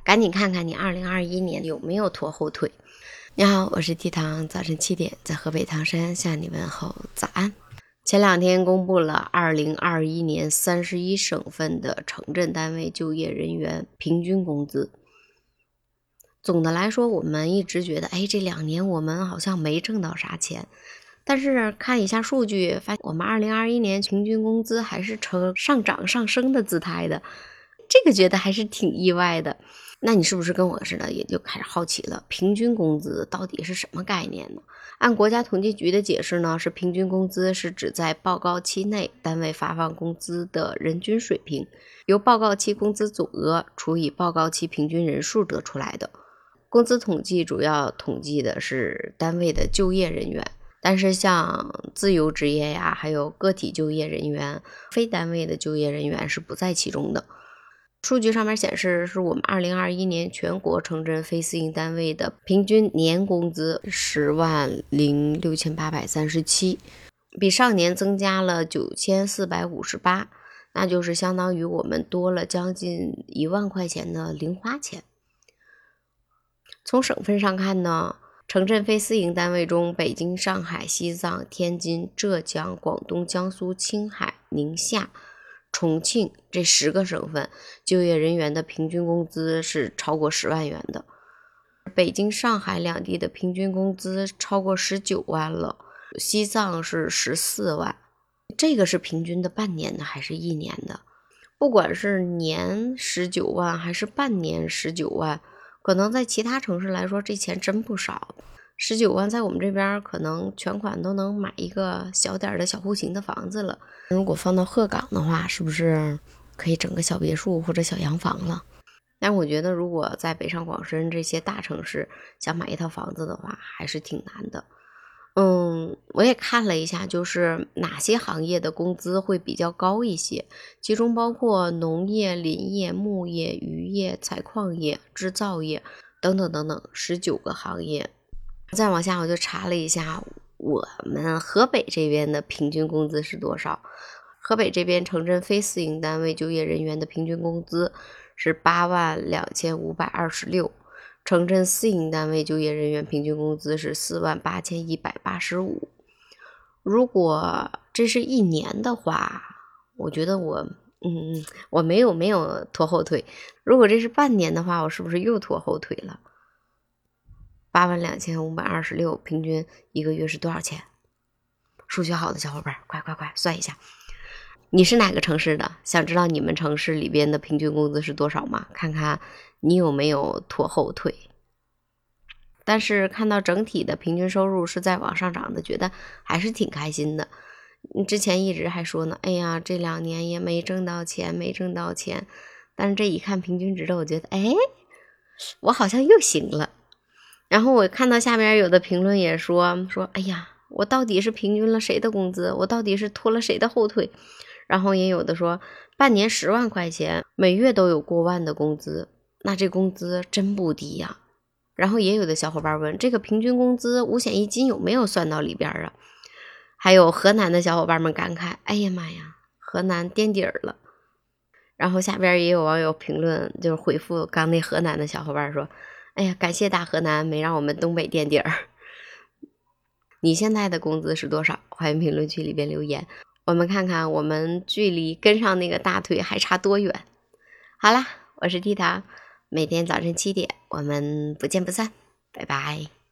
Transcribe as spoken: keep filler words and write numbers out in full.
赶紧看看你二零二一年有没有拖后腿。你好，我是 T 糖，早晨七点在河北唐山向你问候早安。前两天公布了二零二一年三十一省份的城镇单位就业人员平均工资。总的来说，我们一直觉得，哎，这两年我们好像没挣到啥钱，但是看一下数据，发现我们二零二一年平均工资还是呈上涨上升的姿态的，这个觉得还是挺意外的。那你是不是跟我似的，也就开始好奇了，平均工资到底是什么概念呢？按国家统计局的解释呢，是平均工资是指在报告期内单位发放工资的人均水平，由报告期工资总额除以报告期平均人数得出来的。工资统计主要统计的是单位的就业人员，但是像自由职业呀，还有个体就业人员、非单位的就业人员是不在其中的。数据上面显示，是我们二零二一年全国城镇非私营单位的平均年工资十万零六千八百三十七，比上年增加了九千四百五十八，那就是相当于我们多了将近一万块钱的零花钱。从省份上看呢，城镇非私营单位中，北京、上海、西藏、天津、浙江、广东、江苏、青海、宁夏、重庆这十个省份就业人员的平均工资是超过十万元的。北京、上海两地的平均工资超过十九万了，西藏是十四万。这个是平均的半年的还是一年的？不管是年十九万还是半年十九万，可能在其他城市来说这钱真不少。十九万在我们这边可能全款都能买一个小点的小户型的房子了。如果放到鹤岗的话，是不是可以整个小别墅或者小洋房了？但我觉得如果在北上广深这些大城市想买一套房子的话，还是挺难的。嗯，我也看了一下，就是哪些行业的工资会比较高一些，其中包括农业、林业、牧业、渔业、采矿业、制造业等等等等十九个行业。再往下我就查了一下我们河北这边的平均工资是多少。河北这边城镇非私营单位就业人员的平均工资是八万两千五百二十六，城镇私营单位就业人员平均工资是四万八千一百八十五。如果这是一年的话，我觉得我嗯我没有没有拖后腿。如果这是半年的话，我是不是又拖后腿了？八万两千五百二十六，平均一个月是多少钱？数学好的小伙伴，快快快算一下。你是哪个城市的？想知道你们城市里边的平均工资是多少吗？看看你有没有拖后腿。但是看到整体的平均收入是在往上涨的，觉得还是挺开心的。之前一直还说呢，哎呀，这两年也没挣到钱，没挣到钱。但是这一看平均值的，我觉得，哎，我好像又行了。然后我看到下边有的评论也说说，哎呀，我到底是平均了谁的工资？我到底是拖了谁的后腿？然后也有的说，半年十万块钱，每月都有过万的工资，那这工资真不低呀。然后也有的小伙伴问，这个平均工资五险一金有没有算到里边啊？还有河南的小伙伴们感慨，哎呀妈呀，河南垫底儿了。然后下边也有网友评论，就是回复刚那河南的小伙伴说，哎呀，感谢大河南没让我们东北垫底儿。你现在的工资是多少？欢迎评论区里边留言，我们看看我们距离跟上那个大腿还差多远。好啦，我是T糖，每天早晨七点我们不见不散，拜拜。